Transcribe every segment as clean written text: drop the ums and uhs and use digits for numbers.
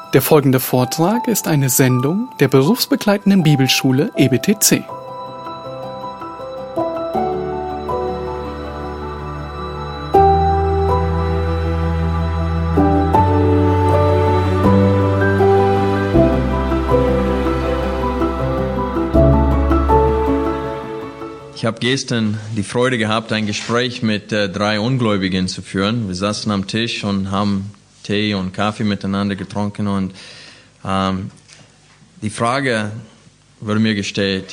Der folgende Vortrag ist eine Sendung der berufsbegleitenden Bibelschule EBTC. Ich habe gestern die Freude gehabt, ein Gespräch mit 3 Ungläubigen zu führen. Wir saßen am Tisch und haben Tee und Kaffee miteinander getrunken und die Frage wurde mir gestellt,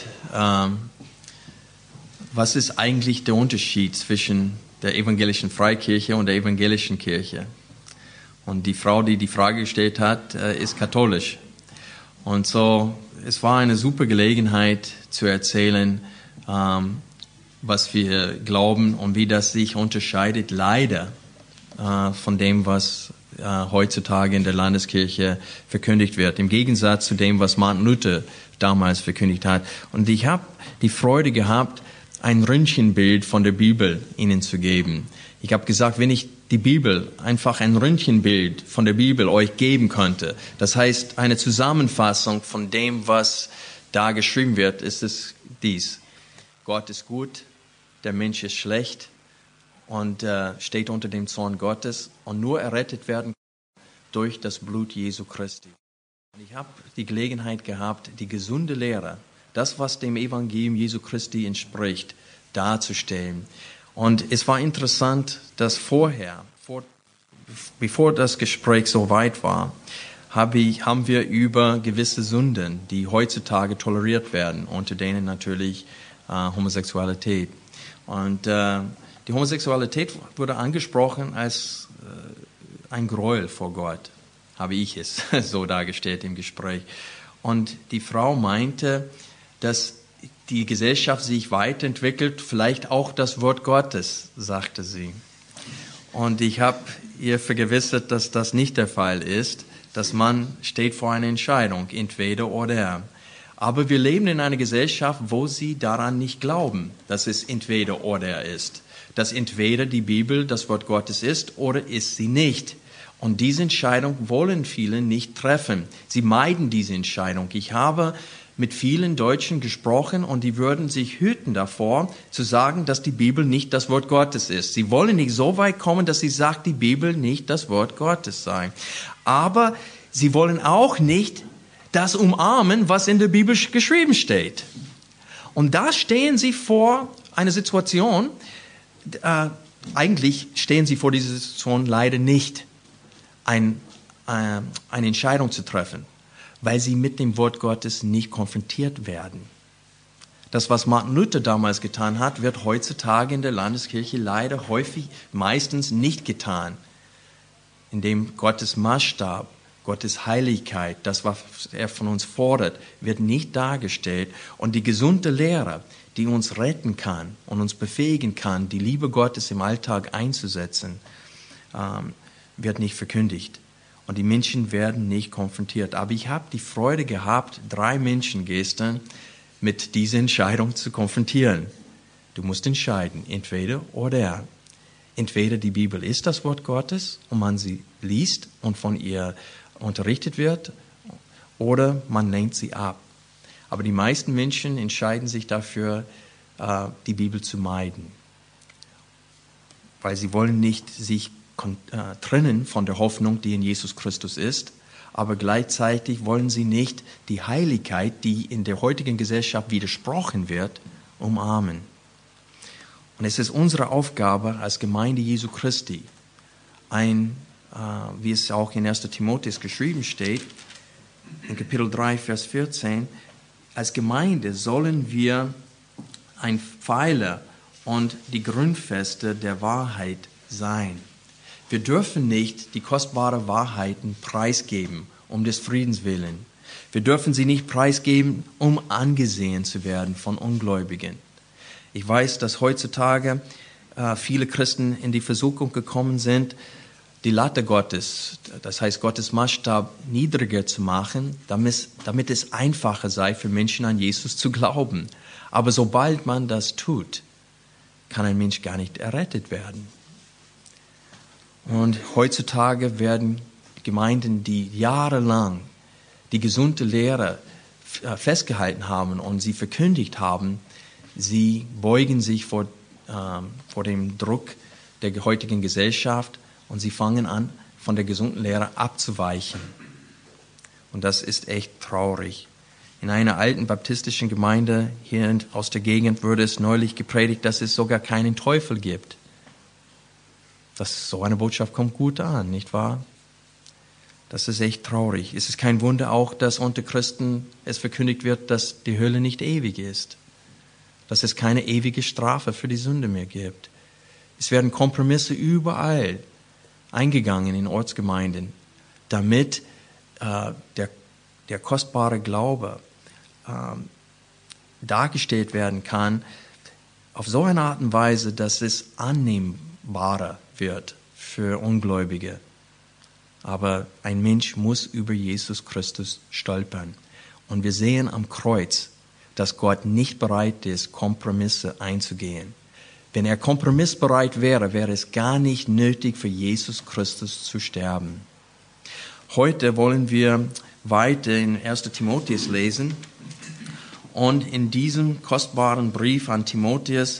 was ist eigentlich der Unterschied zwischen der evangelischen Freikirche und der evangelischen Kirche? Und die Frau, die die Frage gestellt hat, ist katholisch. Und so, es war eine super Gelegenheit zu erzählen, was wir glauben und wie das sich unterscheidet, leider, von dem, was heutzutage in der Landeskirche verkündigt wird. Im Gegensatz zu dem, was Martin Luther damals verkündigt hat. Und ich habe die Freude gehabt, ein Röntgenbild von der Bibel Ihnen zu geben. Ich habe gesagt, wenn ich die Bibel, einfach ein Röntgenbild von der Bibel euch geben könnte, das heißt eine Zusammenfassung von dem, was da geschrieben wird, ist es dies. Gott ist gut, der Mensch ist schlecht und steht unter dem Zorn Gottes und nur errettet werden durch das Blut Jesu Christi. Und ich habe die Gelegenheit gehabt, die gesunde Lehre, das, was dem Evangelium Jesu Christi entspricht, darzustellen. Und es war interessant, dass bevor das Gespräch so weit war, haben wir über gewisse Sünden, die heutzutage toleriert werden, unter denen natürlich Homosexualität. Und die Homosexualität wurde angesprochen als ein Gräuel vor Gott, habe ich es so dargestellt im Gespräch. Und die Frau meinte, dass die Gesellschaft sich weiterentwickelt, vielleicht auch das Wort Gottes, sagte sie. Und ich habe ihr vergewissert, dass das nicht der Fall ist, dass man steht vor einer Entscheidung, entweder oder. Aber wir leben in einer Gesellschaft, wo sie daran nicht glauben, dass es entweder oder ist. Dass entweder die Bibel das Wort Gottes ist oder ist sie nicht. Und diese Entscheidung wollen viele nicht treffen. Sie meiden diese Entscheidung. Ich habe mit vielen Deutschen gesprochen und die würden sich hüten davor, zu sagen, dass die Bibel nicht das Wort Gottes ist. Sie wollen nicht so weit kommen, dass sie sagt, die Bibel nicht das Wort Gottes sei. Aber sie wollen auch nicht das umarmen, was in der Bibel geschrieben steht. Und da stehen sie vor einer Situation, eigentlich stehen sie vor dieser Situation leider nicht, eine Entscheidung zu treffen, weil sie mit dem Wort Gottes nicht konfrontiert werden. Das, was Martin Luther damals getan hat, wird heutzutage in der Landeskirche leider meistens nicht getan, indem Gottes Maßstab, Gottes Heiligkeit, das, was er von uns fordert, wird nicht dargestellt. Und die gesunde Lehre, die uns retten kann und uns befähigen kann, die Liebe Gottes im Alltag einzusetzen, wird nicht verkündigt. Und die Menschen werden nicht konfrontiert. Aber ich habe die Freude gehabt, 3 Menschen gestern mit dieser Entscheidung zu konfrontieren. Du musst entscheiden, entweder oder. Entweder die Bibel ist das Wort Gottes und man sie liest und von ihr unterrichtet wird, oder man lehnt sie ab. Aber die meisten Menschen entscheiden sich dafür, die Bibel zu meiden, weil sie wollen nicht sich trennen von der Hoffnung, die in Jesus Christus ist, aber gleichzeitig wollen sie nicht die Heiligkeit, die in der heutigen Gesellschaft widersprochen wird, umarmen. Und es ist unsere Aufgabe als Gemeinde Jesu Christi, wie es auch in 1. Timotheus geschrieben steht, in Kapitel 3, Vers 14, als Gemeinde sollen wir ein Pfeiler und die Grundfeste der Wahrheit sein. Wir dürfen nicht die kostbaren Wahrheiten preisgeben, um des Friedens willen. Wir dürfen sie nicht preisgeben, um angesehen zu werden von Ungläubigen. Ich weiß, dass heutzutage viele Christen in die Versuchung gekommen sind, die Latte Gottes, das heißt Gottes Maßstab, niedriger zu machen, damit es einfacher sei für Menschen an Jesus zu glauben. Aber sobald man das tut, kann ein Mensch gar nicht errettet werden. Und heutzutage werden Gemeinden, die jahrelang die gesunde Lehre festgehalten haben und sie verkündigt haben, sie beugen sich vor dem Druck der heutigen Gesellschaft und sie fangen an, von der gesunden Lehre abzuweichen. Und das ist echt traurig. In einer alten baptistischen Gemeinde hier aus der Gegend wurde es neulich gepredigt, dass es sogar keinen Teufel gibt. So eine Botschaft kommt gut an, nicht wahr? Das ist echt traurig. Es ist kein Wunder auch, dass unter Christen es verkündigt wird, dass die Hölle nicht ewig ist. Dass es keine ewige Strafe für die Sünde mehr gibt. Es werden Kompromisse überall eingegangen in Ortsgemeinden, damit der kostbare Glaube dargestellt werden kann, auf so eine Art und Weise, dass es annehmbarer wird für Ungläubige. Aber ein Mensch muss über Jesus Christus stolpern. Und wir sehen am Kreuz, dass Gott nicht bereit ist, Kompromisse einzugehen. Wenn er kompromissbereit wäre, wäre es gar nicht nötig, für Jesus Christus zu sterben. Heute wollen wir weiter in 1. Timotheus lesen und in diesem kostbaren Brief an Timotheus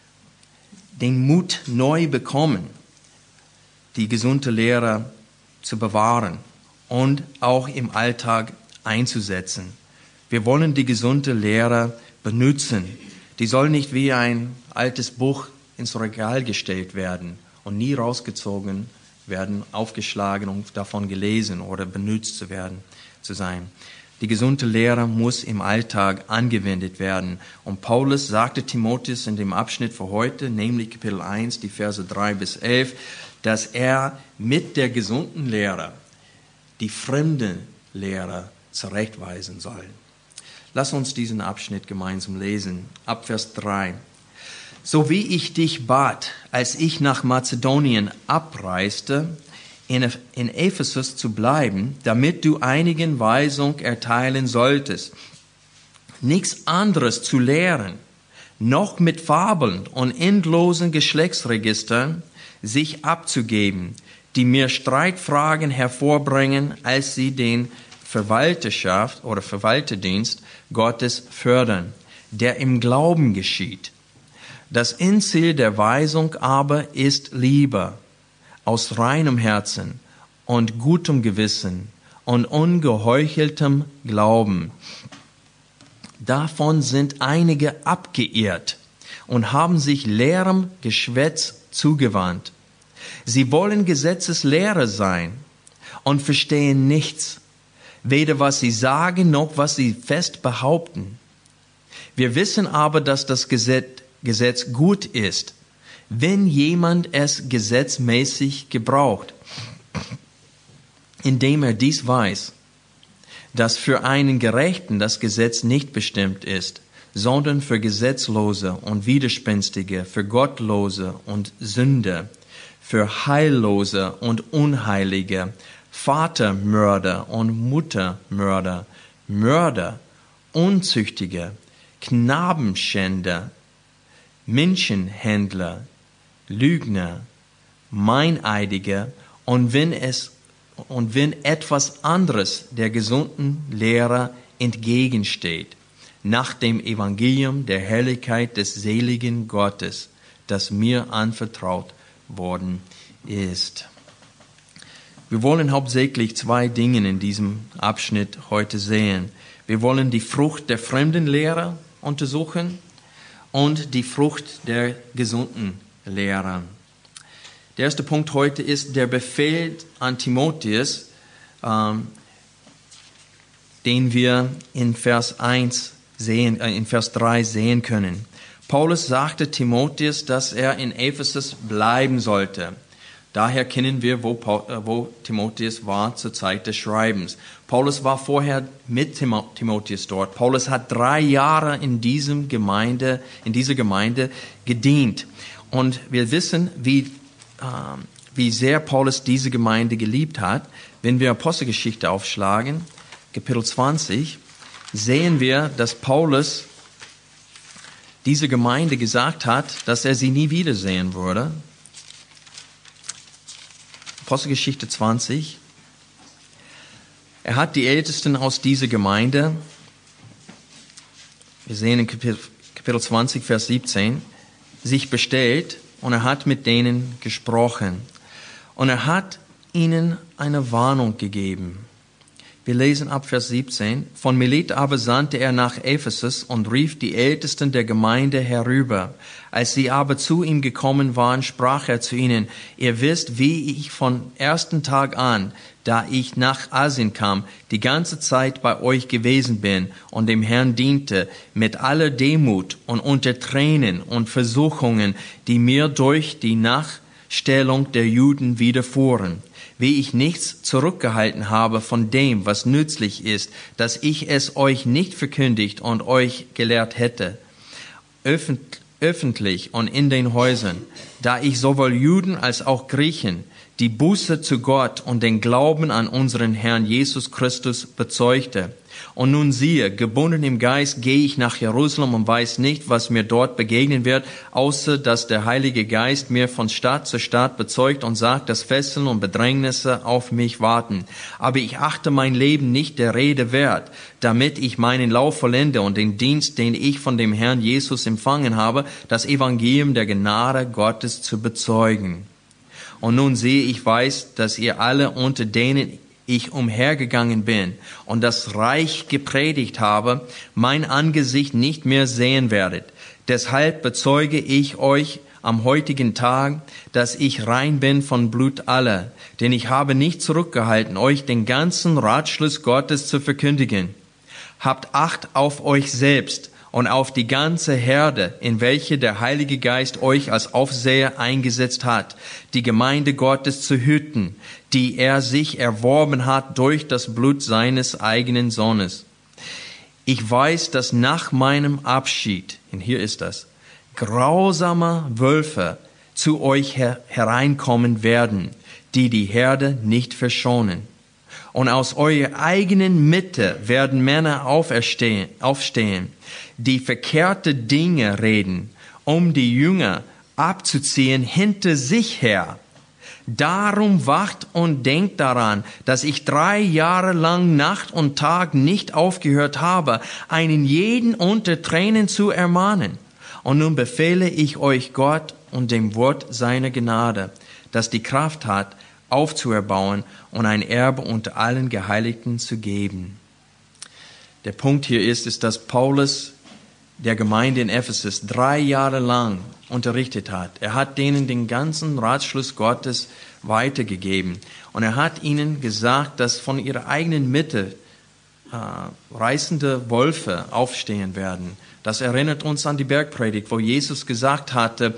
den Mut neu bekommen, die gesunde Lehre zu bewahren und auch im Alltag einzusetzen. Wir wollen die gesunde Lehre benutzen. Die soll nicht wie ein altes Buch ins Regal gestellt werden und nie rausgezogen werden, aufgeschlagen und davon gelesen oder benutzt zu sein. Die gesunde Lehre muss im Alltag angewendet werden. Und Paulus sagte Timotheus in dem Abschnitt für heute, nämlich Kapitel 1, die Verse 3 bis 11, dass er mit der gesunden Lehre die fremden Lehrer zurechtweisen soll. Lass uns diesen Abschnitt gemeinsam lesen. Ab Vers 3. So wie ich dich bat, als ich nach Mazedonien abreiste, in Ephesus zu bleiben, damit du einigen Weisung erteilen solltest, nichts anderes zu lehren, noch mit Fabeln und endlosen Geschlechtsregistern sich abzugeben, die mir Streitfragen hervorbringen, als sie den Verwalterschaft oder Verwalterdienst Gottes fördern, der im Glauben geschieht. Das Endziel der Weisung aber ist Liebe, aus reinem Herzen und gutem Gewissen und ungeheucheltem Glauben. Davon sind einige abgeirrt und haben sich leerem Geschwätz zugewandt. Sie wollen Gesetzeslehrer sein und verstehen nichts, weder was sie sagen noch was sie fest behaupten. Wir wissen aber, dass das Gesetz gut ist, wenn jemand es gesetzmäßig gebraucht, indem er dies weiß, dass für einen Gerechten das Gesetz nicht bestimmt ist, sondern für Gesetzlose und Widerspenstige, für Gottlose und Sünder, für Heillose und Unheilige, Vatermörder und Muttermörder, Mörder, Unzüchtige, Knabenschänder, Menschenhändler, Lügner, Meineidige und wenn etwas anderes der gesunden Lehre entgegensteht, nach dem Evangelium der Herrlichkeit des seligen Gottes, das mir anvertraut worden ist. Wir wollen hauptsächlich zwei Dinge in diesem Abschnitt heute sehen. Wir wollen die Frucht der fremden Lehre untersuchen und die Frucht der gesunden Lehre. Der erste Punkt heute ist der Befehl an Timotheus, den wir in Vers 3 sehen können. Paulus sagte Timotheus, dass er in Ephesus bleiben sollte. Daher kennen wir, wo Timotheus war zur Zeit des Schreibens. Paulus war vorher mit Timotheus dort. Paulus hat 3 Jahre in dieser Gemeinde gedient. Und wir wissen, wie sehr Paulus diese Gemeinde geliebt hat. Wenn wir Apostelgeschichte aufschlagen, Kapitel 20, sehen wir, dass Paulus diese Gemeinde gesagt hat, dass er sie nie wiedersehen würde. Apostelgeschichte 20, Er hat die Ältesten aus dieser Gemeinde, wir sehen in Kapitel 20, Vers 17, sich bestellt und er hat mit denen gesprochen. Und er hat ihnen eine Warnung gegeben. Wir lesen ab Vers 17. Von Milet aber sandte er nach Ephesus und rief die Ältesten der Gemeinde herüber. Als sie aber zu ihm gekommen waren, sprach er zu ihnen, ihr wisst, wie ich von ersten Tag an, da ich nach Asien kam, die ganze Zeit bei euch gewesen bin und dem Herrn diente, mit aller Demut und unter Tränen und Versuchungen, die mir durch die Nachstellung der Juden widerfuhren. Wie ich nichts zurückgehalten habe von dem, was nützlich ist, dass ich es euch nicht verkündigt und euch gelehrt hätte, öffentlich und in den Häusern, da ich sowohl Juden als auch Griechen die Buße zu Gott und den Glauben an unseren Herrn Jesus Christus bezeugte. Und nun siehe, gebunden im Geist gehe ich nach Jerusalem und weiß nicht, was mir dort begegnen wird, außer dass der Heilige Geist mir von Stadt zu Stadt bezeugt und sagt, dass Fesseln und Bedrängnisse auf mich warten. Aber ich achte mein Leben nicht der Rede wert, damit ich meinen Lauf vollende und den Dienst, den ich von dem Herrn Jesus empfangen habe, das Evangelium der Gnade Gottes zu bezeugen. Und nun sehe ich weiß, dass ihr alle, unter denen ich umhergegangen bin und das Reich gepredigt habe, mein Angesicht nicht mehr sehen werdet. Deshalb bezeuge ich euch am heutigen Tag, dass ich rein bin von Blut aller, denn ich habe nicht zurückgehalten, euch den ganzen Ratschluss Gottes zu verkündigen. Habt Acht auf euch selbst und auf die ganze Herde, in welche der Heilige Geist euch als Aufseher eingesetzt hat, die Gemeinde Gottes zu hüten, die er sich erworben hat durch das Blut seines eigenen Sohnes. Ich weiß, dass nach meinem Abschied, und hier ist das, grausame Wölfe zu euch hereinkommen werden, die die Herde nicht verschonen. Und aus eurer eigenen Mitte werden Männer aufstehen, die verkehrte Dinge reden, um die Jünger abzuziehen hinter sich her. Darum wacht und denkt daran, dass ich 3 Jahre lang Nacht und Tag nicht aufgehört habe, einen jeden unter Tränen zu ermahnen. Und nun befehle ich euch Gott und dem Wort seiner Gnade, das die Kraft hat, aufzuerbauen und ein Erbe unter allen Geheiligten zu geben. Der Punkt hier ist, dass Paulus der Gemeinde in Ephesus 3 Jahre lang unterrichtet hat. Er hat denen den ganzen Ratschluss Gottes weitergegeben. Und er hat ihnen gesagt, dass von ihrer eigenen Mitte reißende Wölfe aufstehen werden. Das erinnert uns an die Bergpredigt, wo Jesus gesagt hatte,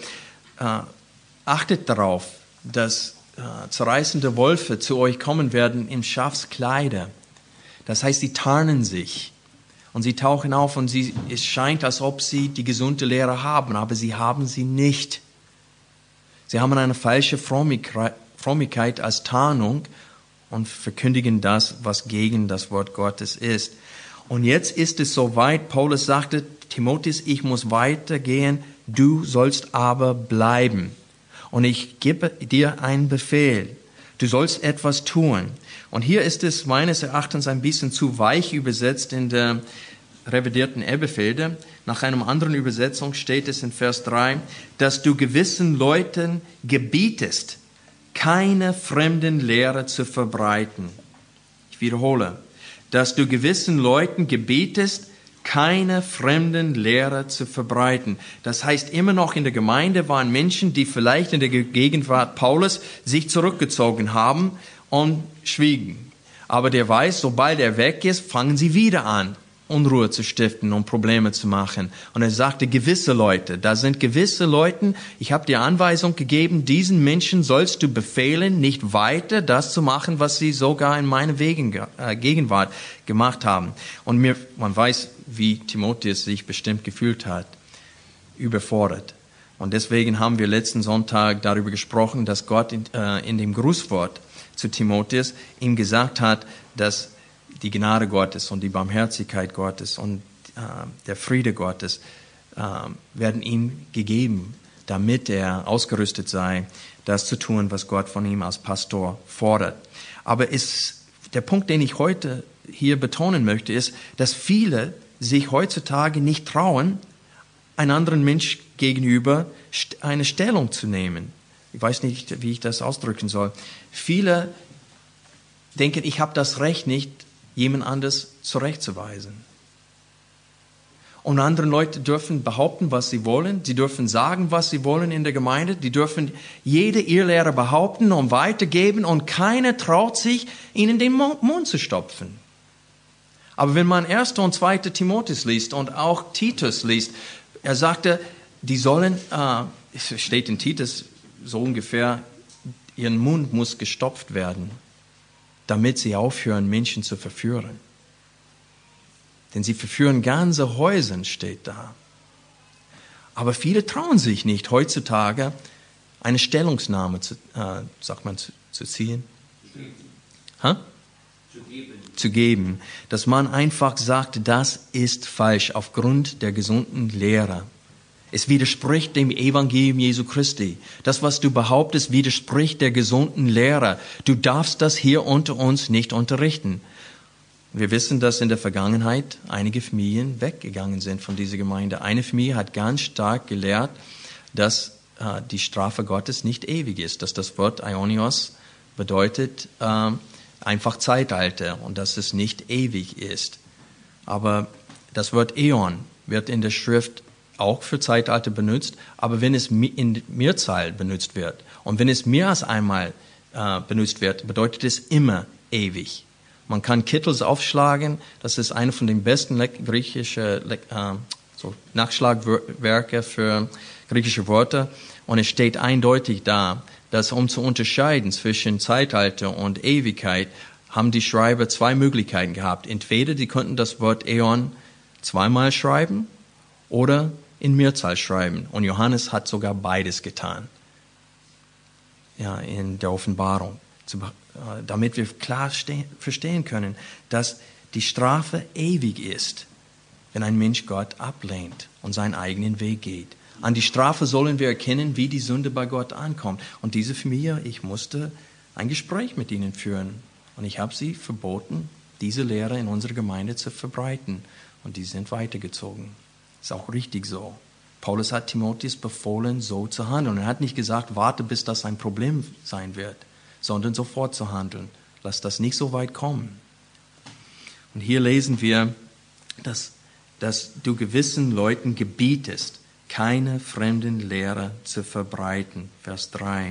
achtet darauf, dass zerreißende Wölfe zu euch kommen werden in Schafskleider. Das heißt, sie tarnen sich. Und sie tauchen auf und es scheint, als ob sie die gesunde Lehre haben, aber sie haben sie nicht. Sie haben eine falsche Frömmigkeit als Tarnung und verkündigen das, was gegen das Wort Gottes ist. Und jetzt ist es soweit, Paulus sagte, Timotheus, ich muss weitergehen, du sollst aber bleiben. Und ich gebe dir einen Befehl, du sollst etwas tun. Und hier ist es meines Erachtens ein bisschen zu weich übersetzt in der revidierten Elberfelder. Nach einer anderen Übersetzung steht es in Vers 3, dass du gewissen Leuten gebietest, keine fremden Lehre zu verbreiten. Ich wiederhole, dass du gewissen Leuten gebietest, keine fremden Lehre zu verbreiten. Das heißt, immer noch in der Gemeinde waren Menschen, die vielleicht in der Gegenwart Paulus sich zurückgezogen haben und schwiegen. Aber der weiß, sobald er weg ist, fangen sie wieder an, Unruhe zu stiften und Probleme zu machen. Und er sagte, gewisse Leute, da sind gewisse Leute, ich habe dir Anweisung gegeben, diesen Menschen sollst du befehlen, nicht weiter das zu machen, was sie sogar in meiner Gegenwart gemacht haben. Und man weiß, wie Timotheus sich bestimmt gefühlt hat, überfordert. Und deswegen haben wir letzten Sonntag darüber gesprochen, dass Gott in dem Grußwort zu Timotheus ihm gesagt hat, dass die Gnade Gottes und die Barmherzigkeit Gottes und der Friede Gottes werden ihm gegeben, damit er ausgerüstet sei, das zu tun, was Gott von ihm als Pastor fordert. Aber der Punkt, den ich heute hier betonen möchte, ist, dass viele sich heutzutage nicht trauen, einem anderen Mensch gegenüber eine Stellung zu nehmen. Ich weiß nicht, wie ich das ausdrücken soll. Viele denken, ich habe das Recht nicht, jemand anderes zurechtzuweisen. Und andere Leute dürfen behaupten, was sie wollen. Sie dürfen sagen, was sie wollen in der Gemeinde. Die dürfen jede Irrlehre behaupten und weitergeben und keiner traut sich, ihnen den Mund zu stopfen. Aber wenn man 1. und 2. Timotheus liest und auch Titus liest, er sagte, die sollen, es steht in Titus so ungefähr, ihren Mund muss gestopft werden, damit sie aufhören, Menschen zu verführen. Denn sie verführen ganze Häuser, steht da. Aber viele trauen sich nicht, heutzutage eine Stellungnahme zu ziehen. Zu geben. Dass man einfach sagt, das ist falsch aufgrund der gesunden Lehre. Es widerspricht dem Evangelium Jesu Christi. Das, was du behauptest, widerspricht der gesunden Lehre. Du darfst das hier unter uns nicht unterrichten. Wir wissen, dass in der Vergangenheit einige Familien weggegangen sind von dieser Gemeinde. Eine Familie hat ganz stark gelehrt, dass die Strafe Gottes nicht ewig ist, dass das Wort Aionios bedeutet einfach Zeitalter und dass es nicht ewig ist. Aber das Wort Äon wird in der Schrift auch für Zeitalter benutzt, aber wenn es in Mehrzahl benutzt wird und wenn es mehr als einmal benutzt wird, bedeutet es immer ewig. Man kann Kittels aufschlagen, das ist eine von den besten griechischen Nachschlagwerke für griechische Wörter und es steht eindeutig da, dass um zu unterscheiden zwischen Zeitalter und Ewigkeit, haben die Schreiber zwei Möglichkeiten gehabt. Entweder die konnten das Wort Äon zweimal schreiben oder in Mehrzahl schreiben. Und Johannes hat sogar beides getan. Ja, in der Offenbarung. Damit wir klar verstehen können, dass die Strafe ewig ist, wenn ein Mensch Gott ablehnt und seinen eigenen Weg geht. An die Strafe sollen wir erkennen, wie die Sünde bei Gott ankommt. Und diese Familie, ich musste ein Gespräch mit ihnen führen. Und ich habe sie verboten, diese Lehre in unserer Gemeinde zu verbreiten. Und die sind weitergezogen. Ist auch richtig so. Paulus hat Timotheus befohlen, so zu handeln. Er hat nicht gesagt, warte, bis das ein Problem sein wird, sondern sofort zu handeln. Lass das nicht so weit kommen. Und hier lesen wir, dass du gewissen Leuten gebietest, keine fremden Lehre zu verbreiten. Vers 3.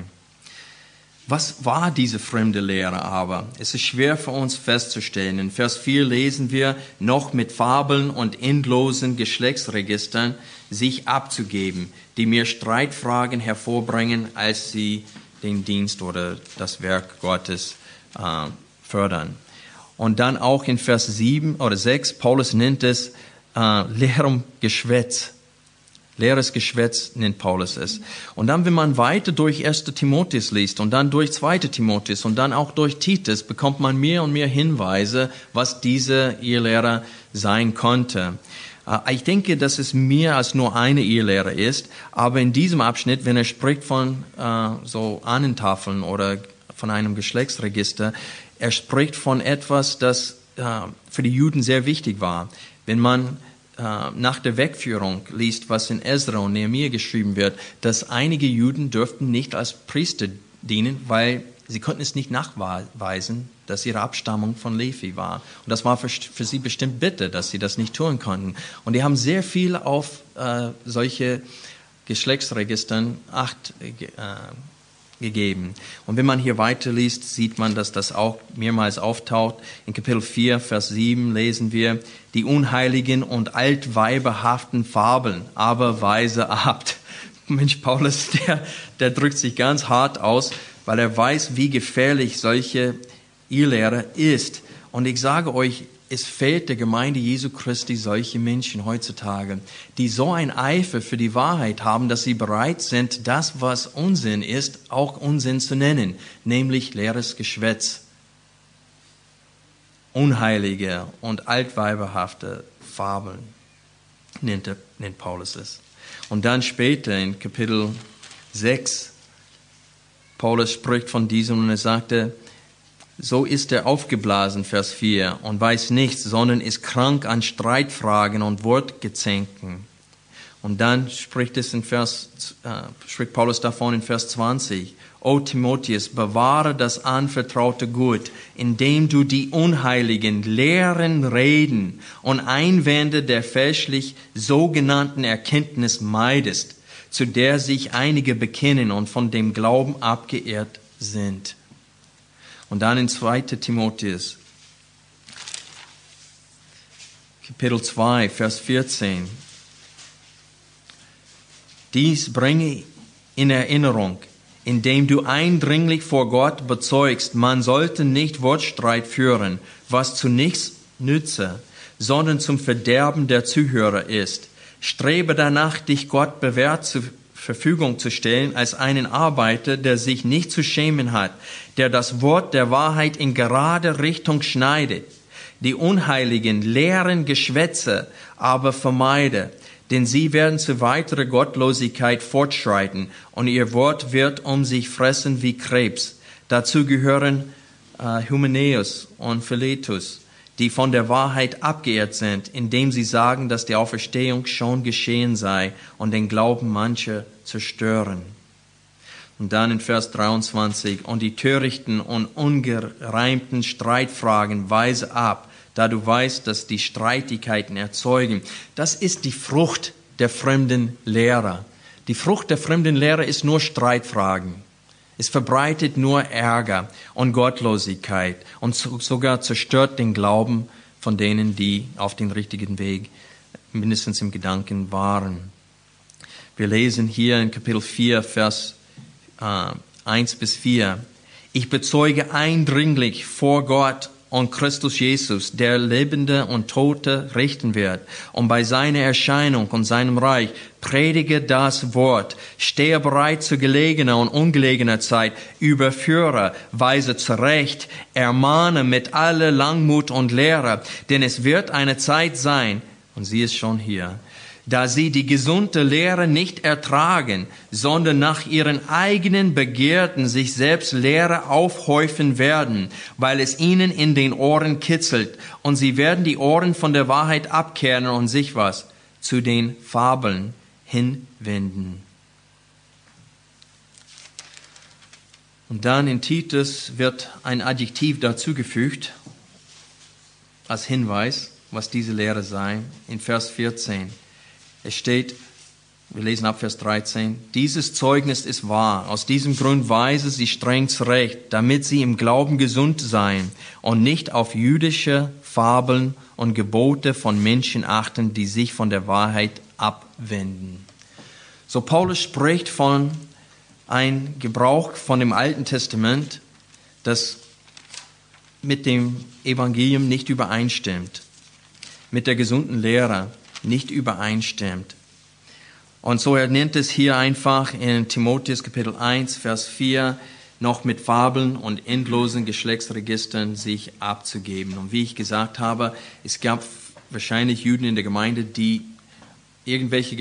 Was war diese fremde Lehre aber? Es ist schwer für uns festzustellen. In Vers 4 lesen wir, noch mit Fabeln und endlosen Geschlechtsregistern sich abzugeben, die mehr Streitfragen hervorbringen, als sie den Dienst oder das Werk Gottes fördern. Und dann auch in Vers 7 oder 6, Paulus nennt es leerem Geschwätz. Leeres Geschwätz nennt Paulus es. Und dann, wenn man weiter durch 1. Timotheus liest und dann durch 2. Timotheus und dann auch durch Titus, bekommt man mehr und mehr Hinweise, was diese Irrlehre sein konnte. Ich denke, dass es mehr als nur eine Irrlehre ist, aber in diesem Abschnitt, wenn er spricht von so Ahnentafeln oder von einem Geschlechtsregister, er spricht von etwas, das für die Juden sehr wichtig war. Wenn man nach der Wegführung liest, was in Ezra und Nehemia geschrieben wird, dass einige Juden dürften nicht als Priester dienen, weil sie konnten es nicht nachweisen, dass ihre Abstammung von Levi war. Und das war für sie bestimmt bitter, dass sie das nicht tun konnten. Und die haben sehr viel auf solche Geschlechtsregistern Acht gegeben. Und wenn man hier weiterliest, sieht man, dass das auch mehrmals auftaucht. In Kapitel 4, Vers 7 lesen wir, die unheiligen und altweiberhaften Fabeln, aber weise habt. Mensch, Paulus, der drückt sich ganz hart aus, weil er weiß, wie gefährlich solche Irrlehre ist. Und ich sage euch, es fehlt der Gemeinde Jesu Christi solche Menschen heutzutage, die so ein Eifer für die Wahrheit haben, dass sie bereit sind, das, was Unsinn ist, auch Unsinn zu nennen, nämlich leeres Geschwätz. Unheilige und altweiberhafte Fabeln nennt Paulus es. Und dann später in Kapitel 6, Paulus spricht von diesem und er sagte, so ist er aufgeblasen, Vers 4, und weiß nichts, sondern ist krank an Streitfragen und Wortgezänken. Und dann spricht Paulus davon in Vers 20. O Timotheus, bewahre das anvertraute Gut, indem du die unheiligen, leeren Reden und Einwände der fälschlich sogenannten Erkenntnis meidest, zu der sich einige bekennen und von dem Glauben abgeirrt sind. Und dann in 2. Timotheus, Kapitel 2, Vers 14. Dies bringe in Erinnerung, indem du eindringlich vor Gott bezeugst, man sollte nicht Wortstreit führen, was zu nichts nütze, sondern zum Verderben der Zuhörer ist. Strebe danach, dich Gott bewährt zur Verfügung zu stellen, als einen Arbeiter, der sich nicht zu schämen hat, der das Wort der Wahrheit in gerade Richtung schneidet, die unheiligen, leeren Geschwätze aber vermeide, denn sie werden zu weiterer Gottlosigkeit fortschreiten und ihr Wort wird um sich fressen wie Krebs. Dazu gehören Hymenäus und Philetus, die von der Wahrheit abgeirrt sind, indem sie sagen, dass die Auferstehung schon geschehen sei und den Glauben mancher zerstören. Und dann in Vers 23, und die törichten und ungereimten Streitfragen weise ab, da du weißt, dass die Streitigkeiten erzeugen. Das ist die Frucht der fremden Lehrer. Die Frucht der fremden Lehrer ist nur Streitfragen. Es verbreitet nur Ärger und Gottlosigkeit und sogar zerstört den Glauben von denen, die auf dem richtigen Weg mindestens im Gedanken waren. Wir lesen hier in Kapitel 4, Vers 1 bis 4. Ich bezeuge eindringlich vor Gott und Christus Jesus, der Lebende und Tote richten wird, und bei seiner Erscheinung und seinem Reich predige das Wort, stehe bereit zu gelegener und ungelegener Zeit, überführe, weise zurecht, ermahne mit aller Langmut und Lehre, denn es wird eine Zeit sein, und sie ist schon hier, da sie die gesunde Lehre nicht ertragen, sondern nach ihren eigenen Begierden sich selbst Lehre aufhäufen werden, weil es ihnen in den Ohren kitzelt. Und sie werden die Ohren von der Wahrheit abkehren und sich zu den Fabeln hinwenden. Und dann in Titus wird ein Adjektiv dazugefügt, als Hinweis, was diese Lehre sei, in Vers 14. Es steht, wir lesen ab Vers 13, dieses Zeugnis ist wahr, aus diesem Grund weise sie streng zurecht, damit sie im Glauben gesund seien und nicht auf jüdische Fabeln und Gebote von Menschen achten, die sich von der Wahrheit abwenden. So Paulus spricht von einem Gebrauch von dem Alten Testament, das mit dem Evangelium nicht übereinstimmt, mit der gesunden Lehre nicht übereinstimmt. Und so er nennt es hier einfach in Timotheus Kapitel 1, Vers 4, noch mit Fabeln und endlosen Geschlechtsregistern sich abzugeben. Und wie ich gesagt habe, es gab wahrscheinlich Juden in der Gemeinde, die irgendwelche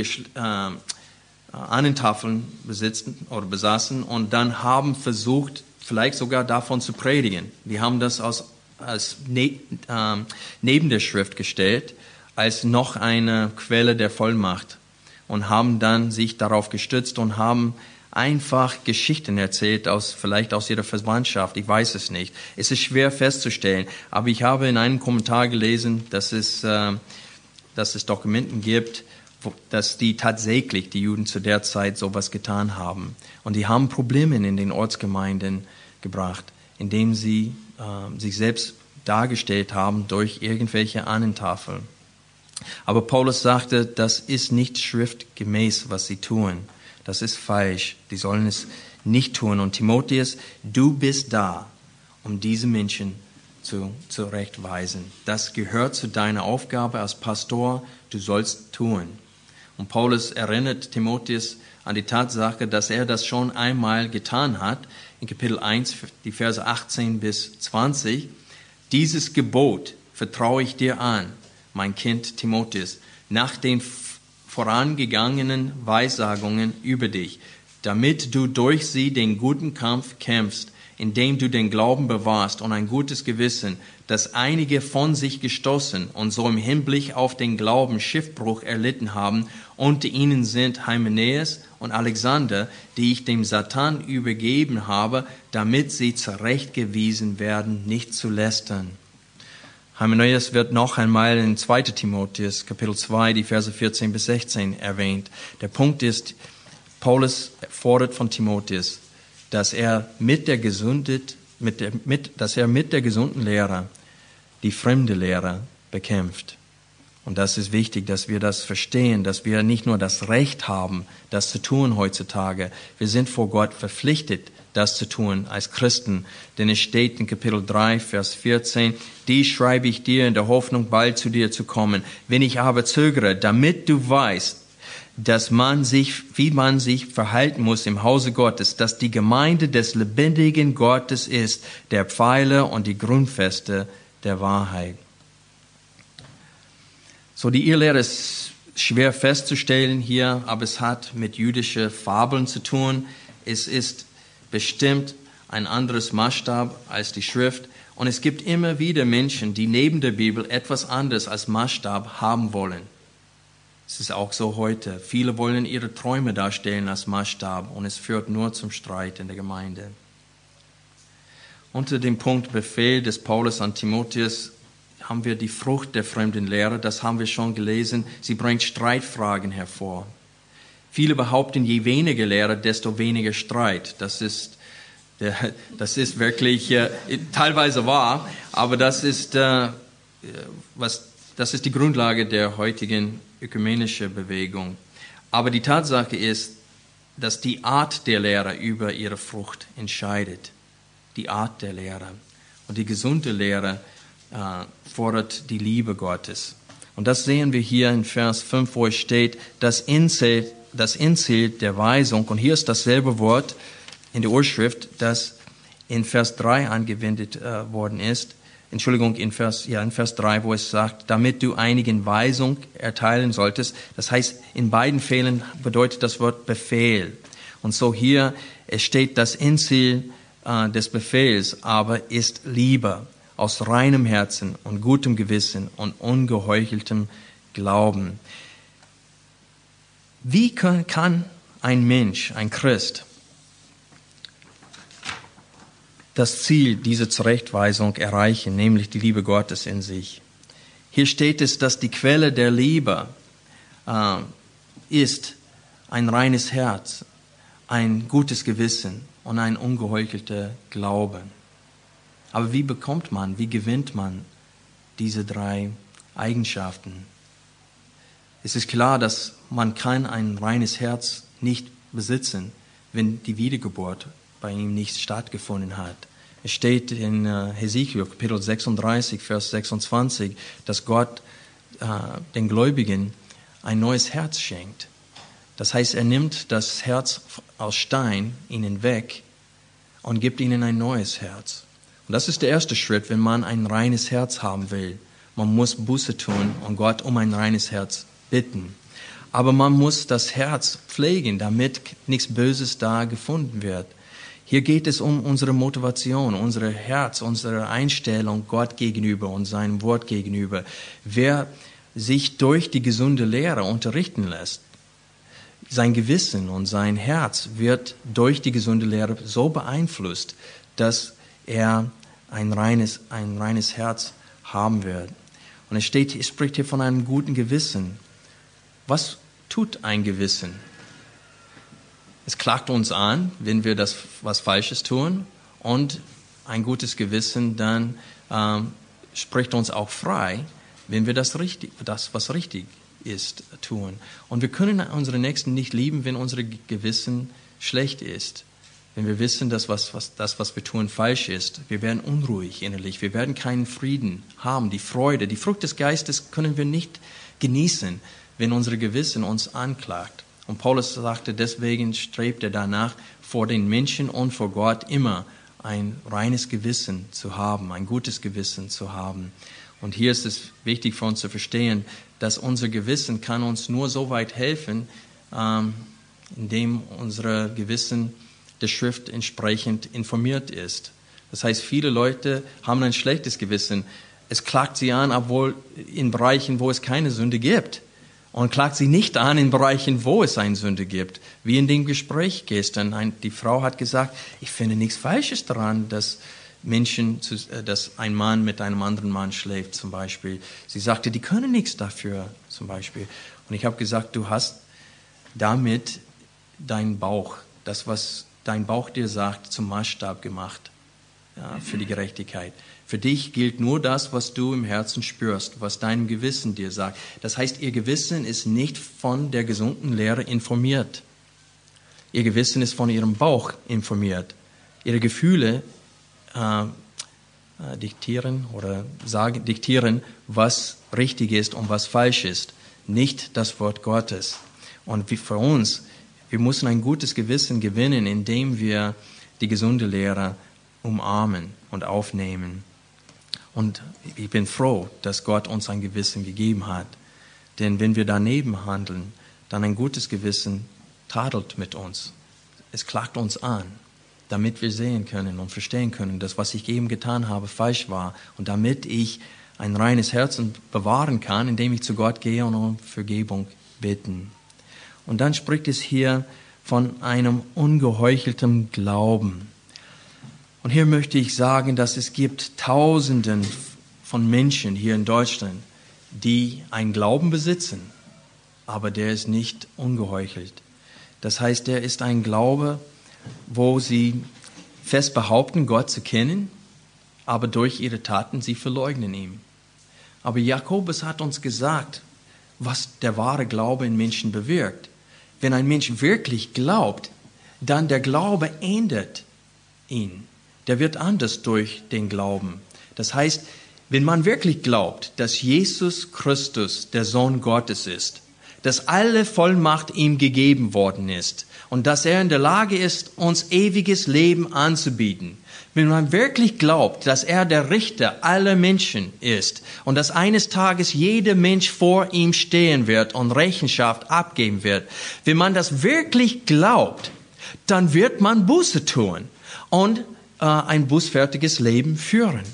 Ahnentafeln besaßen und dann haben versucht, vielleicht sogar davon zu predigen. Die haben das als neben der Schrift gestellt, als noch eine Quelle der Vollmacht und haben dann sich darauf gestützt und haben einfach Geschichten erzählt, vielleicht aus ihrer Verwandtschaft, ich weiß es nicht. Es ist schwer festzustellen, aber ich habe in einem Kommentar gelesen, dass es Dokumenten gibt, dass die Juden zu der Zeit sowas getan haben. Und die haben Probleme in den Ortsgemeinden gebracht, indem sie sich selbst dargestellt haben durch irgendwelche Ahnentafeln. Aber Paulus sagte, das ist nicht schriftgemäß, was sie tun. Das ist falsch. Die sollen es nicht tun. Und Timotheus, du bist da, um diese Menschen zurechtweisen. Das gehört zu deiner Aufgabe als Pastor. Du sollst tun. Und Paulus erinnert Timotheus an die Tatsache, dass er das schon einmal getan hat. In Kapitel 1, die Verse 18 bis 20. Dieses Gebot vertraue ich dir an, mein Kind Timotheus, nach den vorangegangenen Weissagungen über dich, damit du durch sie den guten Kampf kämpfst, indem du den Glauben bewahrst und ein gutes Gewissen, dass einige von sich gestoßen und so im Hinblick auf den Glauben Schiffbruch erlitten haben. Unter ihnen sind Hymenäus und Alexander, die ich dem Satan übergeben habe, damit sie zurechtgewiesen werden, nicht zu lästern. Hymenäus wird noch einmal in 2. Timotheus, Kapitel 2, die Verse 14 bis 16 erwähnt. Der Punkt ist, Paulus fordert von Timotheus, dass er mit der gesunden Lehre die fremde Lehre bekämpft. Und das ist wichtig, dass wir das verstehen, dass wir nicht nur das Recht haben, das zu tun heutzutage. Wir sind vor Gott verpflichtet, das zu tun als Christen. Denn es steht in Kapitel 3, Vers 14, dies schreibe ich dir in der Hoffnung, bald zu dir zu kommen. Wenn ich aber zögere, damit du weißt, wie man sich verhalten muss im Hause Gottes, dass die Gemeinde des lebendigen Gottes ist, der Pfeiler und die Grundfeste der Wahrheit. So, die Irrlehre ist schwer festzustellen hier, aber es hat mit jüdischen Fabeln zu tun. Es ist bestimmt ein anderes Maßstab als die Schrift. Und es gibt immer wieder Menschen, die neben der Bibel etwas anderes als Maßstab haben wollen. Es ist auch so heute. Viele wollen ihre Träume darstellen als Maßstab und es führt nur zum Streit in der Gemeinde. Unter dem Punkt Befehl des Paulus an Timotheus haben wir die Frucht der fremden Lehre. Das haben wir schon gelesen. Sie bringt Streitfragen hervor. Viele behaupten, je weniger Lehre, desto weniger Streit. Das ist wirklich teilweise wahr, aber das ist die Grundlage der heutigen ökumenischen Bewegung. Aber die Tatsache ist, dass die Art der Lehre über ihre Frucht entscheidet. Die Art der Lehre. Und die gesunde Lehre fordert die Liebe Gottes. Und das sehen wir hier in Vers 5, wo es steht, das Endziel der Weisung, und hier ist dasselbe Wort in der Urschrift, das in Vers 3 angewendet worden ist. Entschuldigung, in Vers 3, wo es sagt, damit du einigen Weisung erteilen solltest. Das heißt, in beiden Fällen bedeutet das Wort Befehl. Und so hier, es steht, das Endziel des Befehls aber ist Liebe aus reinem Herzen und gutem Gewissen und ungeheucheltem Glauben. Wie kann ein Mensch, ein Christ, das Ziel dieser Zurechtweisung erreichen, nämlich die Liebe Gottes in sich? Hier steht es, dass die Quelle der Liebe ist ein reines Herz, ein gutes Gewissen und ein ungeheuchelter Glaube. Aber wie gewinnt man diese drei Eigenschaften? Es ist klar, dass man kann ein reines Herz nicht besitzen, wenn die Wiedergeburt bei ihm nicht stattgefunden hat. Es steht in Hesekiel, Kapitel 36, Vers 26, dass Gott den Gläubigen ein neues Herz schenkt. Das heißt, er nimmt das Herz aus Stein ihnen weg und gibt ihnen ein neues Herz. Und das ist der erste Schritt, wenn man ein reines Herz haben will. Man muss Buße tun und Gott um ein reines Herz bitten. Aber man muss das Herz pflegen, damit nichts Böses da gefunden wird. Hier geht es um unsere Motivation, unser Herz, unsere Einstellung Gott gegenüber und seinem Wort gegenüber. Wer sich durch die gesunde Lehre unterrichten lässt, sein Gewissen und sein Herz wird durch die gesunde Lehre so beeinflusst, dass er ein reines Herz haben wird. Und es spricht hier von einem guten Gewissen. Was tut ein Gewissen? Es klagt uns an, wenn wir was Falsches tun, und ein gutes Gewissen dann spricht uns auch frei, wenn wir das, was richtig ist, tun. Und wir können unsere Nächsten nicht lieben, wenn unser Gewissen schlecht ist. Wenn wir wissen, dass was wir tun, falsch ist. Wir werden unruhig innerlich. Wir werden keinen Frieden haben. Die Freude, die Frucht des Geistes können wir nicht genießen, wenn unser Gewissen uns anklagt. Und Paulus sagte, deswegen strebt er danach, vor den Menschen und vor Gott immer ein reines Gewissen zu haben, ein gutes Gewissen zu haben. Und hier ist es wichtig für uns zu verstehen, dass unser Gewissen kann uns nur so weit helfen, indem unser Gewissen der Schrift entsprechend informiert ist. Das heißt, viele Leute haben ein schlechtes Gewissen. Es klagt sie an, obwohl in Bereichen, wo es keine Sünde gibt. Und klagt sie nicht an in Bereichen, wo es eine Sünde gibt. Wie in dem Gespräch gestern. Die Frau hat gesagt, ich finde nichts Falsches daran, dass ein Mann mit einem anderen Mann schläft zum Beispiel. Sie sagte, die können nichts dafür zum Beispiel. Und ich habe gesagt, du hast damit deinen Bauch, das, was dein Bauch dir sagt, zum Maßstab gemacht, ja, für die Gerechtigkeit. Für dich gilt nur das, was du im Herzen spürst, was deinem Gewissen dir sagt. Das heißt, ihr Gewissen ist nicht von der gesunden Lehre informiert. Ihr Gewissen ist von ihrem Bauch informiert. Ihre Gefühle diktieren, was richtig ist und was falsch ist. Nicht das Wort Gottes. Und wie für uns, wir müssen ein gutes Gewissen gewinnen, indem wir die gesunde Lehre umarmen und aufnehmen. Und ich bin froh, dass Gott uns ein Gewissen gegeben hat. Denn wenn wir daneben handeln, dann ein gutes Gewissen tadelt mit uns. Es klagt uns an, damit wir sehen können und verstehen können, dass was ich eben getan habe, falsch war. Und damit ich ein reines Herz bewahren kann, indem ich zu Gott gehe und um Vergebung bitten. Und dann spricht es hier von einem ungeheuchelten Glauben. Und hier möchte ich sagen, dass es gibt Tausenden von Menschen hier in Deutschland, die einen Glauben besitzen, aber der ist nicht ungeheuchelt. Das heißt, der ist ein Glaube, wo sie fest behaupten, Gott zu kennen, aber durch ihre Taten sie verleugnen ihn. Aber Jakobus hat uns gesagt, was der wahre Glaube in Menschen bewirkt. Wenn ein Mensch wirklich glaubt, dann der Glaube ändert ihn. Der wird anders durch den Glauben. Das heißt, wenn man wirklich glaubt, dass Jesus Christus der Sohn Gottes ist, dass alle Vollmacht ihm gegeben worden ist und dass er in der Lage ist, uns ewiges Leben anzubieten. Wenn man wirklich glaubt, dass er der Richter aller Menschen ist und dass eines Tages jeder Mensch vor ihm stehen wird und Rechenschaft abgeben wird, wenn man das wirklich glaubt, dann wird man Buße tun und ein bußfertiges Leben führen.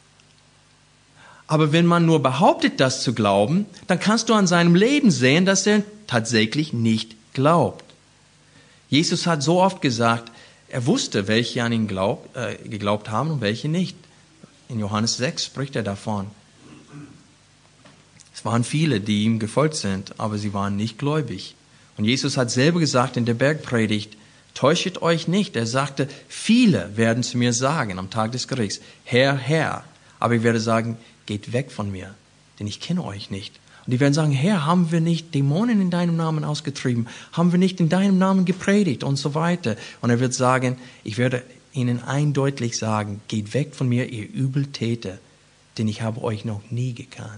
Aber wenn man nur behauptet, das zu glauben, dann kannst du an seinem Leben sehen, dass er tatsächlich nicht glaubt. Jesus hat so oft gesagt, er wusste, welche an ihn geglaubt haben und welche nicht. In Johannes 6 spricht er davon. Es waren viele, die ihm gefolgt sind, aber sie waren nicht gläubig. Und Jesus hat selber gesagt in der Bergpredigt, täuschet euch nicht. Er sagte, viele werden zu mir sagen am Tag des Gerichts, Herr, Herr. Aber ich werde sagen, geht weg von mir, denn ich kenne euch nicht. Und die werden sagen, Herr, haben wir nicht Dämonen in deinem Namen ausgetrieben? Haben wir nicht in deinem Namen gepredigt? Und so weiter. Und er wird sagen, ich werde ihnen eindeutig sagen, geht weg von mir, ihr Übeltäter, denn ich habe euch noch nie gekannt.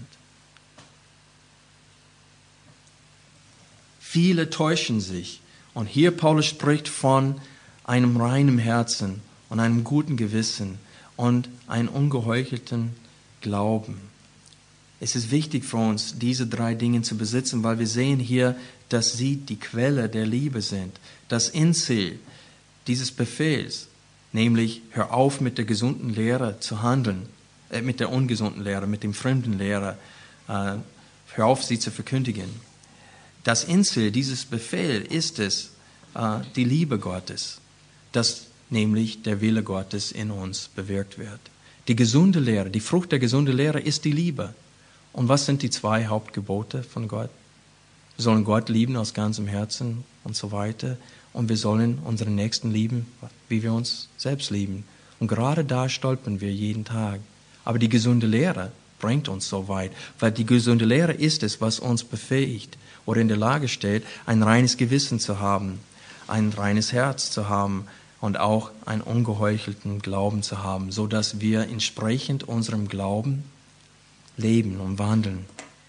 Viele täuschen sich. Und hier Paulus spricht von einem reinen Herzen und einem guten Gewissen und einem ungeheuchelten Glauben. Es ist wichtig für uns, diese drei Dinge zu besitzen, weil wir sehen hier, dass sie die Quelle der Liebe sind. Das Endziel dieses Befehls, nämlich hör auf mit der gesunden Lehre zu handeln, mit der ungesunden Lehre, mit dem fremden Lehre, hör auf, sie zu verkündigen. Das Endziel dieses Befehl ist es, die Liebe Gottes, dass nämlich der Wille Gottes in uns bewirkt wird. Die gesunde Lehre, die Frucht der gesunden Lehre ist die Liebe. Und was sind die 2 Hauptgebote von Gott? Wir sollen Gott lieben aus ganzem Herzen und so weiter. Und wir sollen unseren Nächsten lieben, wie wir uns selbst lieben. Und gerade da stolpern wir jeden Tag. Aber die gesunde Lehre bringt uns so weit, weil die gesunde Lehre ist es, was uns befähigt oder in der Lage stellt, ein reines Gewissen zu haben, ein reines Herz zu haben und auch einen ungeheuchelten Glauben zu haben, so dass wir entsprechend unserem Glauben leben und wandeln.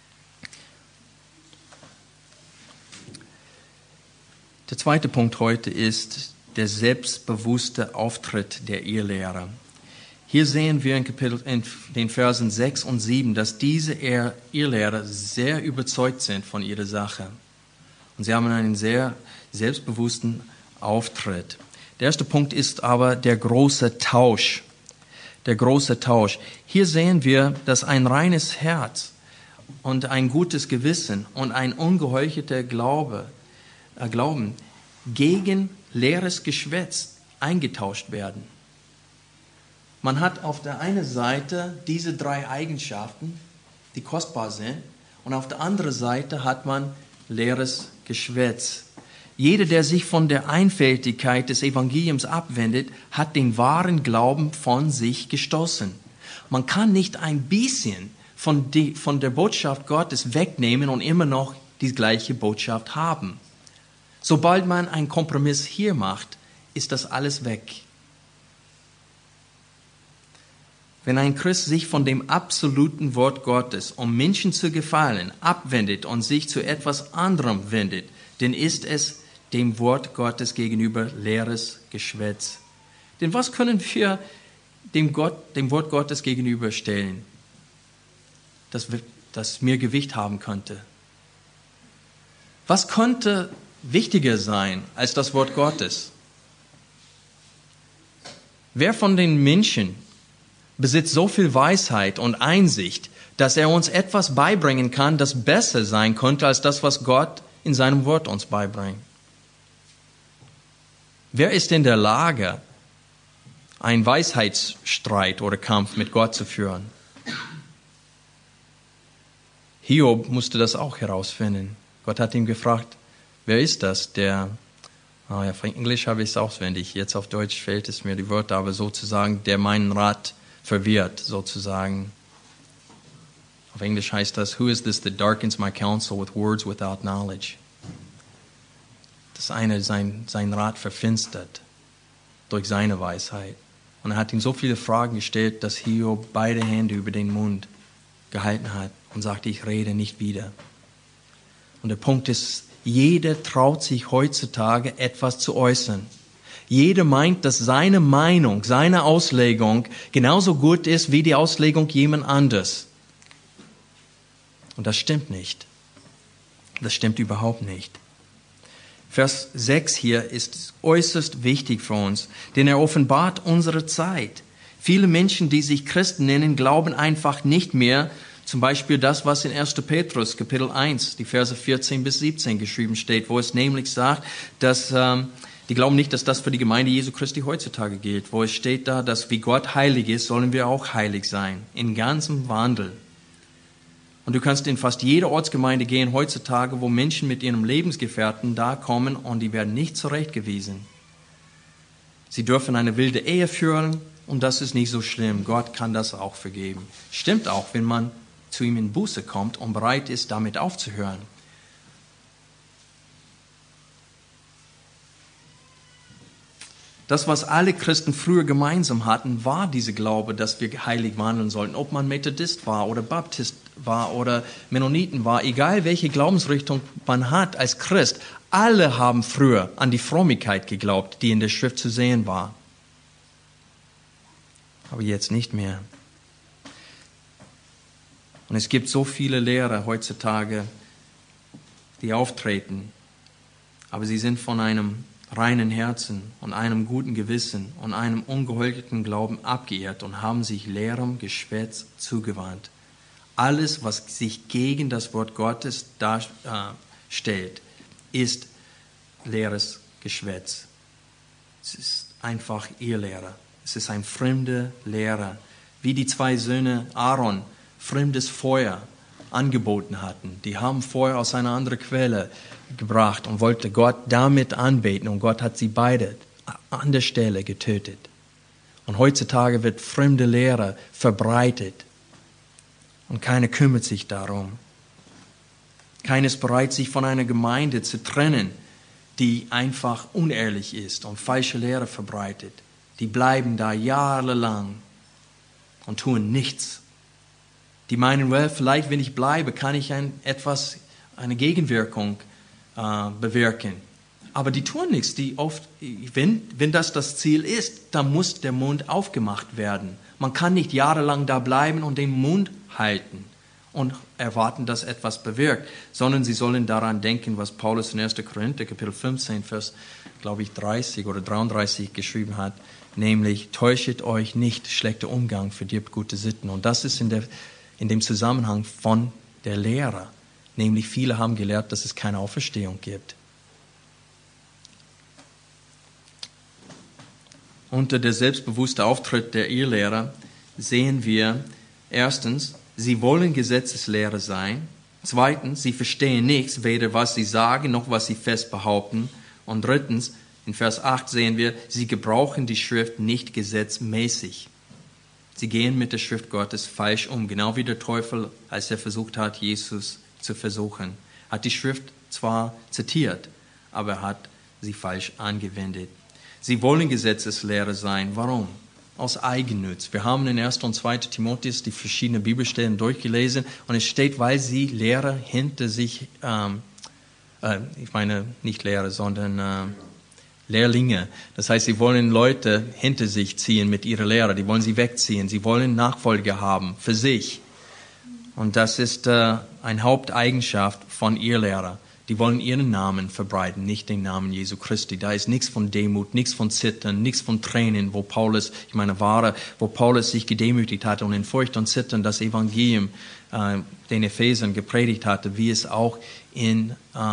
Der zweite Punkt heute ist der selbstbewusste Auftritt der Irrlehrer. Hier sehen wir in den Versen 6 und 7, dass diese Irrlehrer sehr überzeugt sind von ihrer Sache. Und sie haben einen sehr selbstbewussten Auftritt. Der erste Punkt ist aber der große Tausch. Der große Tausch. Hier sehen wir, dass ein reines Herz und ein gutes Gewissen und ein ungeheuchelter Glauben gegen leeres Geschwätz eingetauscht werden. Man hat auf der einen Seite diese 3 Eigenschaften, die kostbar sind, und auf der anderen Seite hat man leeres Geschwätz. Jeder, der sich von der Einfältigkeit des Evangeliums abwendet, hat den wahren Glauben von sich gestoßen. Man kann nicht ein bisschen von der Botschaft Gottes wegnehmen und immer noch die gleiche Botschaft haben. Sobald man einen Kompromiss hier macht, ist das alles weg. Wenn ein Christ sich von dem absoluten Wort Gottes, um Menschen zu gefallen, abwendet und sich zu etwas anderem wendet, dann ist es dem Wort Gottes gegenüber leeres Geschwätz. Denn was können wir dem Wort Gottes gegenüberstellen, das mehr Gewicht haben könnte? Was könnte wichtiger sein als das Wort Gottes? Wer von den Menschen besitzt so viel Weisheit und Einsicht, dass er uns etwas beibringen kann, das besser sein könnte als das, was Gott in seinem Wort uns beibringt? Wer ist in der Lage, einen Weisheitsstreit oder Kampf mit Gott zu führen? Hiob musste das auch herausfinden. Gott hat ihn gefragt, wer ist das, der, auf Englisch habe ich es auswendig, jetzt auf Deutsch fehlt es mir die Wörter, aber sozusagen, der meinen Rat verwirrt, sozusagen. Auf Englisch heißt das, who is this that darkens my counsel with words without knowledge? Dass einer sein Rat verfinstert durch seine Weisheit. Und er hat ihm so viele Fragen gestellt, dass Hiob beide Hände über den Mund gehalten hat und sagte, ich rede nicht wieder. Und der Punkt ist, jeder traut sich heutzutage etwas zu äußern. Jeder meint, dass seine Meinung, seine Auslegung genauso gut ist wie die Auslegung jemand anderes. Und das stimmt nicht. Das stimmt überhaupt nicht. Vers 6 hier ist äußerst wichtig für uns, denn er offenbart unsere Zeit. Viele Menschen, die sich Christen nennen, glauben einfach nicht mehr, zum Beispiel das, was in 1. Petrus, Kapitel 1, die Verse 14 bis 17 geschrieben steht, wo es nämlich sagt, dass die glauben nicht, dass das für die Gemeinde Jesu Christi heutzutage gilt, wo es steht da, dass wie Gott heilig ist, sollen wir auch heilig sein, in ganzem Wandel. Und du kannst in fast jede Ortsgemeinde gehen heutzutage, wo Menschen mit ihrem Lebensgefährten da kommen und die werden nicht zurechtgewiesen. Sie dürfen eine wilde Ehe führen und das ist nicht so schlimm. Gott kann das auch vergeben. Stimmt auch, wenn man zu ihm in Buße kommt und bereit ist, damit aufzuhören. Das, was alle Christen früher gemeinsam hatten, war diese Glaube, dass wir heilig wandeln sollten. Ob man Methodist war oder Baptist war oder Mennoniten war, egal welche Glaubensrichtung man hat als Christ, alle haben früher an die Frömmigkeit geglaubt, die in der Schrift zu sehen war. Aber jetzt nicht mehr. Und es gibt so viele Lehrer heutzutage, die auftreten, aber sie sind von einem reinen Herzen und einem guten Gewissen und einem ungeheuchelten Glauben abgeirrt und haben sich leerem Geschwätz zugewandt. Alles, was sich gegen das Wort Gottes darstellt, ist leeres Geschwätz. Es ist einfach Irrlehre. Es ist ein fremder Lehrer. Wie die 2 Söhne Aaron fremdes Feuer angeboten hatten. Die haben Feuer aus einer anderen Quelle gebracht und wollte Gott damit anbeten. Und Gott hat sie beide an der Stelle getötet. Und heutzutage wird fremde Lehre verbreitet. Und keiner kümmert sich darum. Keiner ist bereit, sich von einer Gemeinde zu trennen, die einfach unehrlich ist und falsche Lehre verbreitet. Die bleiben da jahrelang und tun nichts. Die meinen, well, vielleicht, wenn ich bleibe, kann ich eine Gegenwirkung bewirken. Aber die tun nichts. Wenn das Ziel ist, dann muss der Mund aufgemacht werden. Man kann nicht jahrelang da bleiben und den Mund halten und erwarten, dass etwas bewirkt, sondern sie sollen daran denken, was Paulus in 1. Korinther, Kapitel 15, Vers, glaube ich, 30 oder 33 geschrieben hat, nämlich, täuschet euch nicht, schlechter Umgang verdirbt gute Sitten. Und das ist in dem Zusammenhang von der Lehre. Nämlich, viele haben gelehrt, dass es keine Auferstehung gibt. Unter der selbstbewusste Auftritt der Irrlehrer sehen wir, erstens, sie wollen Gesetzeslehrer sein. Zweitens, sie verstehen nichts, weder was sie sagen, noch was sie fest behaupten. Und drittens, in Vers 8 sehen wir, sie gebrauchen die Schrift nicht gesetzmäßig. Sie gehen mit der Schrift Gottes falsch um, genau wie der Teufel, als er versucht hat, Jesus zu versuchen. Hat die Schrift zwar zitiert, aber er hat sie falsch angewendet. Sie wollen Gesetzeslehrer sein. Warum? Aus Eigennutz. Wir haben in 1. und 2. Timotheus die verschiedenen Bibelstellen durchgelesen und es steht, weil sie Lehrer hinter sich, ich meine nicht Lehrer, sondern Lehrlinge. Das heißt, sie wollen Leute hinter sich ziehen mit ihrer Lehre. Die wollen sie wegziehen. Sie wollen Nachfolger haben für sich. Und das ist eine Haupteigenschaft von Irrlehrer. Die wollen ihren Namen verbreiten, nicht den Namen Jesu Christi. Da ist nichts von Demut, nichts von Zittern, nichts von Tränen, wo Paulus sich gedemütigt hatte und in Furcht und Zittern das Evangelium den Ephesern gepredigt hatte, wie es auch in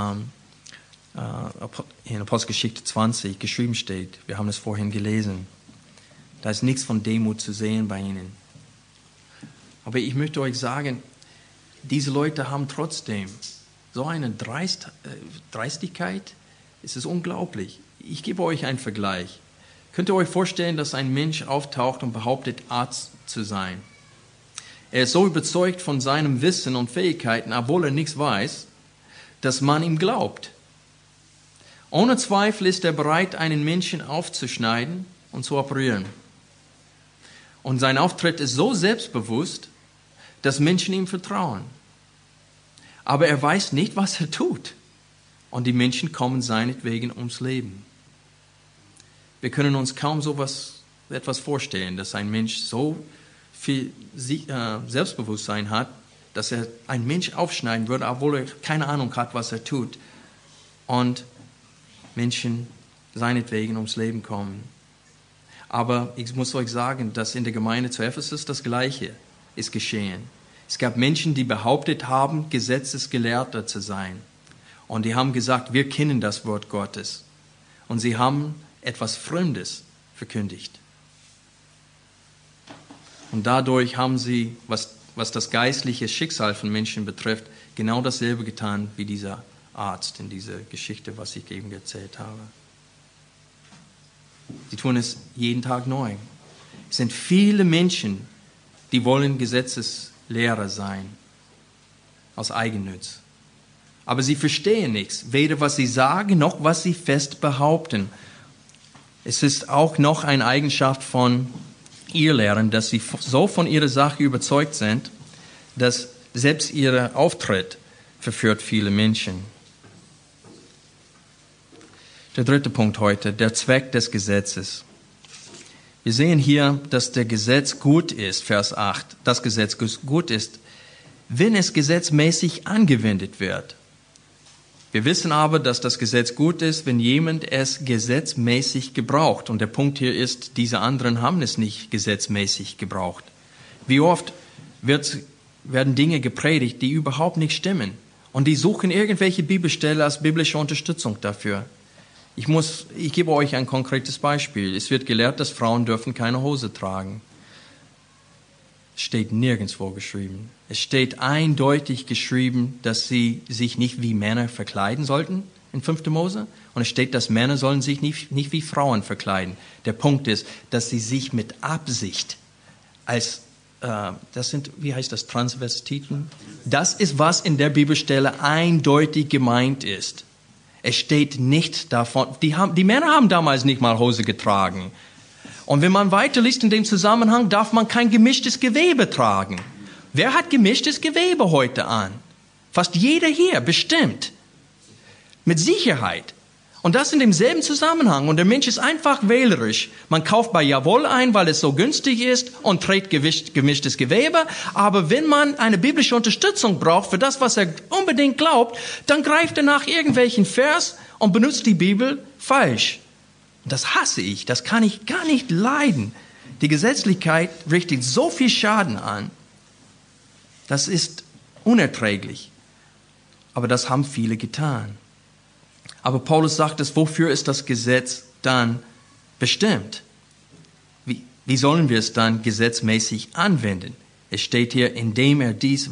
Apostelgeschichte 20 geschrieben steht. Wir haben es vorhin gelesen. Da ist nichts von Demut zu sehen bei ihnen. Aber ich möchte euch sagen, diese Leute haben trotzdem so eine Dreistigkeit, es ist unglaublich. Ich gebe euch einen Vergleich. Könnt ihr euch vorstellen, dass ein Mensch auftaucht und behauptet, Arzt zu sein? Er ist so überzeugt von seinem Wissen und Fähigkeiten, obwohl er nichts weiß, dass man ihm glaubt. Ohne Zweifel ist er bereit, einen Menschen aufzuschneiden und zu operieren. Und sein Auftritt ist so selbstbewusst, dass Menschen ihm vertrauen. Aber er weiß nicht, was er tut. Und die Menschen kommen seinetwegen ums Leben. Wir können uns kaum etwas vorstellen, dass ein Mensch so viel Selbstbewusstsein hat, dass er einen Mensch aufschneiden würde, obwohl er keine Ahnung hat, was er tut. Und Menschen seinetwegen ums Leben kommen. Aber ich muss euch sagen, dass in der Gemeinde zu Ephesus das Gleiche ist geschehen. Es gab Menschen, die behauptet haben, Gesetzesgelehrter zu sein. Und die haben gesagt, wir kennen das Wort Gottes. Und sie haben etwas Fremdes verkündigt. Und dadurch haben sie, was das geistliche Schicksal von Menschen betrifft, genau dasselbe getan wie dieser Arzt in dieser Geschichte, was ich eben erzählt habe. Sie tun es jeden Tag neu. Es sind viele Menschen, die wollen Gesetzeslehrer sein, aus Eigennutz. Aber sie verstehen nichts, weder was sie sagen, noch was sie fest behaupten. Es ist auch noch eine Eigenschaft von Irrlehrern, dass sie so von ihrer Sache überzeugt sind, dass selbst ihr Auftritt verführt viele Menschen. Der dritte Punkt heute, der Zweck des Gesetzes. Wir sehen hier, dass der Gesetz gut ist, Vers 8. Das Gesetz gut ist, wenn es gesetzmäßig angewendet wird. Wir wissen aber, dass das Gesetz gut ist, wenn jemand es gesetzmäßig gebraucht. Und der Punkt hier ist, diese anderen haben es nicht gesetzmäßig gebraucht. Wie oft werden Dinge gepredigt, die überhaupt nicht stimmen. Und die suchen irgendwelche Bibelstellen als biblische Unterstützung dafür. Ich gebe euch ein konkretes Beispiel. Es wird gelehrt, dass Frauen dürfen keine Hose tragen. Es steht nirgendwo geschrieben. Es steht eindeutig geschrieben, dass sie sich nicht wie Männer verkleiden sollten in 5. Mose. Und es steht, dass Männer sollen sich nicht wie Frauen verkleiden. Der Punkt ist, dass sie sich mit Absicht wie heißt das, Transvestiten? Das ist, was in der Bibelstelle eindeutig gemeint ist. Es steht nicht davon, die Männer haben damals nicht mal Hose getragen. Und wenn man weiterliest in dem Zusammenhang, darf man kein gemischtes Gewebe tragen. Wer hat gemischtes Gewebe heute an? Fast jeder hier, bestimmt. Mit Sicherheit. Und das in demselben Zusammenhang. Und der Mensch ist einfach wählerisch. Man kauft bei Jawohl ein, weil es so günstig ist und trägt gemischtes Gewebe. Aber wenn man eine biblische Unterstützung braucht für das, was er unbedingt glaubt, dann greift er nach irgendwelchen Vers und benutzt die Bibel falsch. Und das hasse ich. Das kann ich gar nicht leiden. Die Gesetzlichkeit richtet so viel Schaden an. Das ist unerträglich. Aber das haben viele getan. Aber Paulus sagt es, wofür ist das Gesetz dann bestimmt? Wie sollen wir es dann gesetzmäßig anwenden? Es steht hier, indem er dies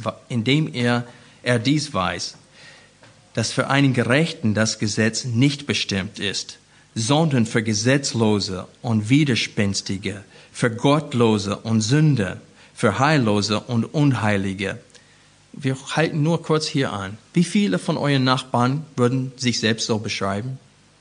weiß, dass für einen Gerechten das Gesetz nicht bestimmt ist, sondern für Gesetzlose und Widerspenstige, für Gottlose und Sünder, für Heillose und Unheilige. Wir halten nur kurz hier an. Wie viele von euren Nachbarn würden sich selbst so beschreiben?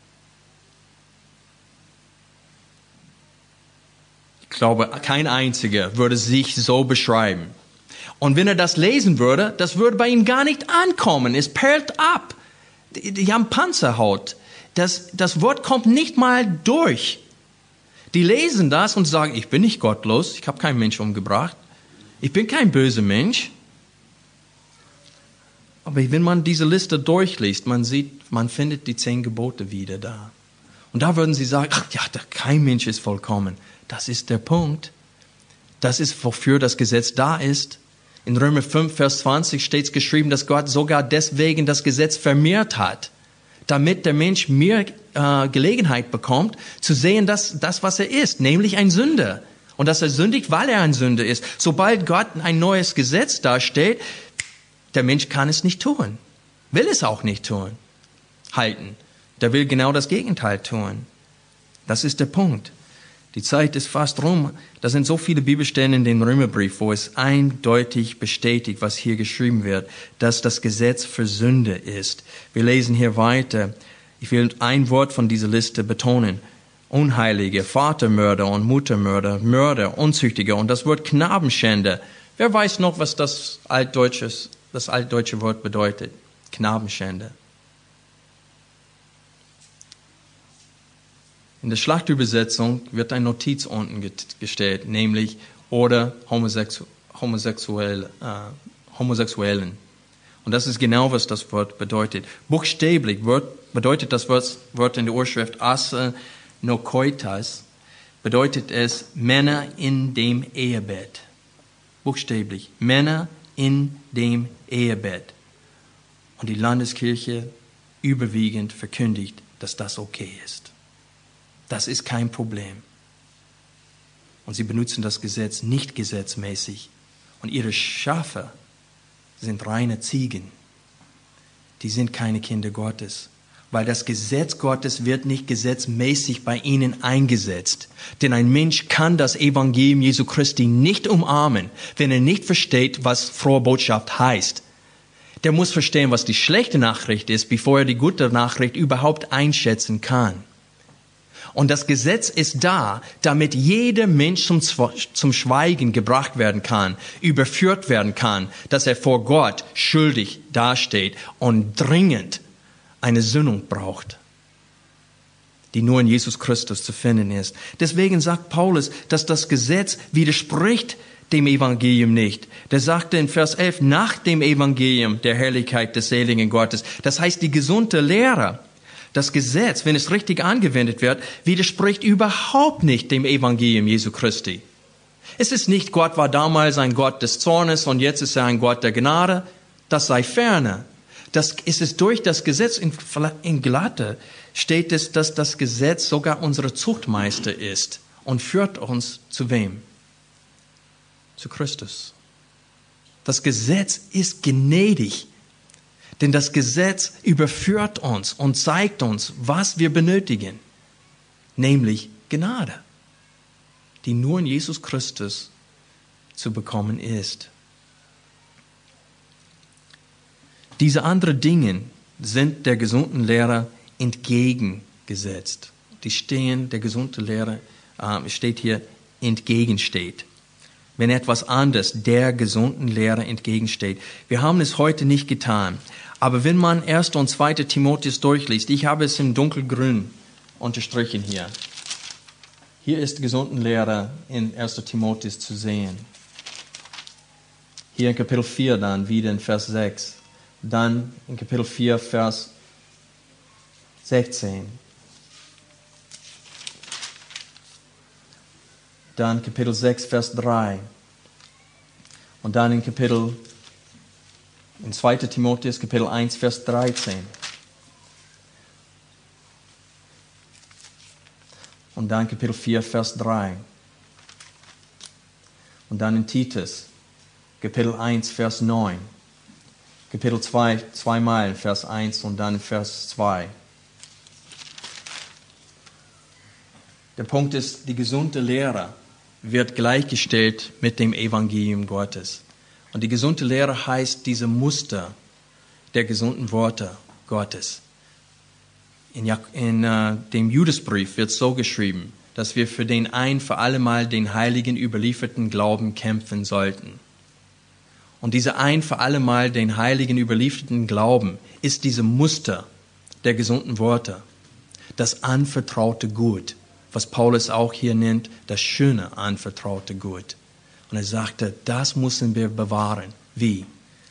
Ich glaube, kein einziger würde sich so beschreiben. Und wenn er das lesen würde, das würde bei ihm gar nicht ankommen. Es perlt ab. Die haben Panzerhaut. Das Wort kommt nicht mal durch. Die lesen das und sagen, ich bin nicht gottlos, ich habe keinen Mensch umgebracht, ich bin kein böser Mensch. Aber wenn man diese Liste durchliest, man findet die 10 Gebote wieder da. Und da würden sie sagen, ach ja, kein Mensch ist vollkommen. Das ist der Punkt. Das ist, wofür das Gesetz da ist. In Römer 5, Vers 20 steht es geschrieben, dass Gott sogar deswegen das Gesetz vermehrt hat, damit der Mensch mehr Gelegenheit bekommt, zu sehen, dass das, was er ist, nämlich ein Sünder. Und dass er sündigt, weil er ein Sünder ist. Sobald Gott ein neues Gesetz darstellt, der Mensch kann es nicht tun, will es auch nicht tun, halten. Der will genau das Gegenteil tun. Das ist der Punkt. Die Zeit ist fast rum. Da sind so viele Bibelstellen in dem Römerbrief, wo es eindeutig bestätigt, was hier geschrieben wird, dass das Gesetz für Sünde ist. Wir lesen hier weiter. Ich will ein Wort von dieser Liste betonen. Unheilige, Vatermörder und Muttermörder, Mörder, Unzüchtige und das Wort Knabenschänder. Wer weiß noch, was das altdeutsche Wort bedeutet? Knabenschänder. In der Schlachtübersetzung wird eine Notiz unten gestellt, nämlich oder Homosexuellen. Und das ist genau, was das Wort bedeutet. Buchstäblich bedeutet das Wort in der Urschrift Ase Nokoitas, bedeutet es Männer in dem Ehebett. Buchstäblich, Männer in dem Ehebett. Und die Landeskirche überwiegend verkündigt, dass das okay ist. Das ist kein Problem. Und sie benutzen das Gesetz nicht gesetzmäßig. Und ihre Schafe sind reine Ziegen. Die sind keine Kinder Gottes. Weil das Gesetz Gottes wird nicht gesetzmäßig bei ihnen eingesetzt. Denn ein Mensch kann das Evangelium Jesu Christi nicht umarmen, wenn er nicht versteht, was frohe Botschaft heißt. Der muss verstehen, was die schlechte Nachricht ist, bevor er die gute Nachricht überhaupt einschätzen kann. Und das Gesetz ist da, damit jeder Mensch zum Schweigen gebracht werden kann, überführt werden kann, dass er vor Gott schuldig dasteht und dringend eine Sühnung braucht, die nur in Jesus Christus zu finden ist. Deswegen sagt Paulus, dass das Gesetz widerspricht dem Evangelium nicht. Der sagte in Vers 11, nach dem Evangelium der Herrlichkeit des seligen Gottes. Das heißt, die gesunde Lehre, das Gesetz, wenn es richtig angewendet wird, widerspricht überhaupt nicht dem Evangelium Jesu Christi. Es ist nicht, Gott war damals ein Gott des Zornes und jetzt ist er ein Gott der Gnade. Das sei ferne. Das ist es durch das Gesetz in Galater steht es, dass das Gesetz sogar unsere Zuchtmeister ist und führt uns zu wem? Zu Christus. Das Gesetz ist gnädig. Denn das Gesetz überführt uns und zeigt uns, was wir benötigen, nämlich Gnade, die nur in Jesus Christus zu bekommen ist. Diese anderen Dinge sind der gesunden Lehre entgegengesetzt. Die stehen der gesunden Lehre, steht hier, entgegensteht. Wenn etwas anderes der gesunden Lehre entgegensteht. Wir haben es heute nicht getan. Aber wenn man 1. und 2. Timotheus durchliest, ich habe es in dunkelgrün unterstrichen hier. Hier ist Gesundenlehre in 1. Timotheus zu sehen. Hier in Kapitel 4 dann wieder in Vers 6. Dann in Kapitel 4, Vers 16. Dann Kapitel 6, Vers 3. Und dann in 2. Timotheus, Kapitel 1, Vers 13. Und dann Kapitel 4, Vers 3. Und dann in Titus, Kapitel 1, Vers 9. Kapitel 2, zweimal Vers 1 und dann Vers 2. Der Punkt ist, die gesunde Lehre wird gleichgestellt mit dem Evangelium Gottes. Und die gesunde Lehre heißt diese Muster der gesunden Worte Gottes. In dem Judasbrief wird so geschrieben, dass wir für den ein für allemal den Heiligen überlieferten Glauben kämpfen sollten. Und dieser ein für allemal den Heiligen überlieferten Glauben ist diese Muster der gesunden Worte, das anvertraute Gut, was Paulus auch hier nennt, das schöne anvertraute Gut. Und er sagte, das müssen wir bewahren. Wie?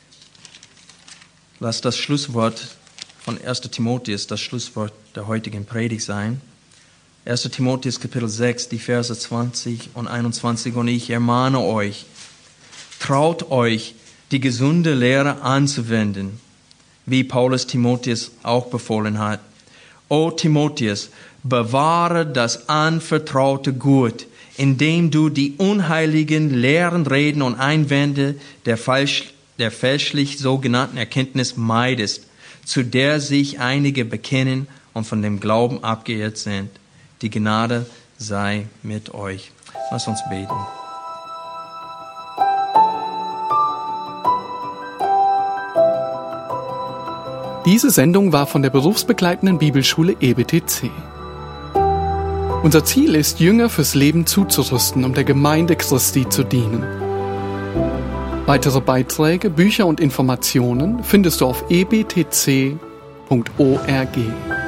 Lass das Schlusswort von 1. Timotheus, das Schlusswort der heutigen Predigt sein. 1. Timotheus Kapitel 6, die Verse 20 und 21. Und ich ermahne euch, traut euch, die gesunde Lehre anzuwenden, wie Paulus Timotheus auch befohlen hat. O Timotheus, bewahre das anvertraute Gut, indem du die unheiligen leeren Reden und Einwände der fälschlich sogenannten Erkenntnis meidest, zu der sich einige bekennen und von dem Glauben abgeirrt sind. Die Gnade sei mit euch. Lass uns beten. Diese Sendung war von der berufsbegleitenden Bibelschule EBTC. Unser Ziel ist, Jünger fürs Leben zuzurüsten, um der Gemeinde Christi zu dienen. Weitere Beiträge, Bücher und Informationen findest du auf ebtc.org.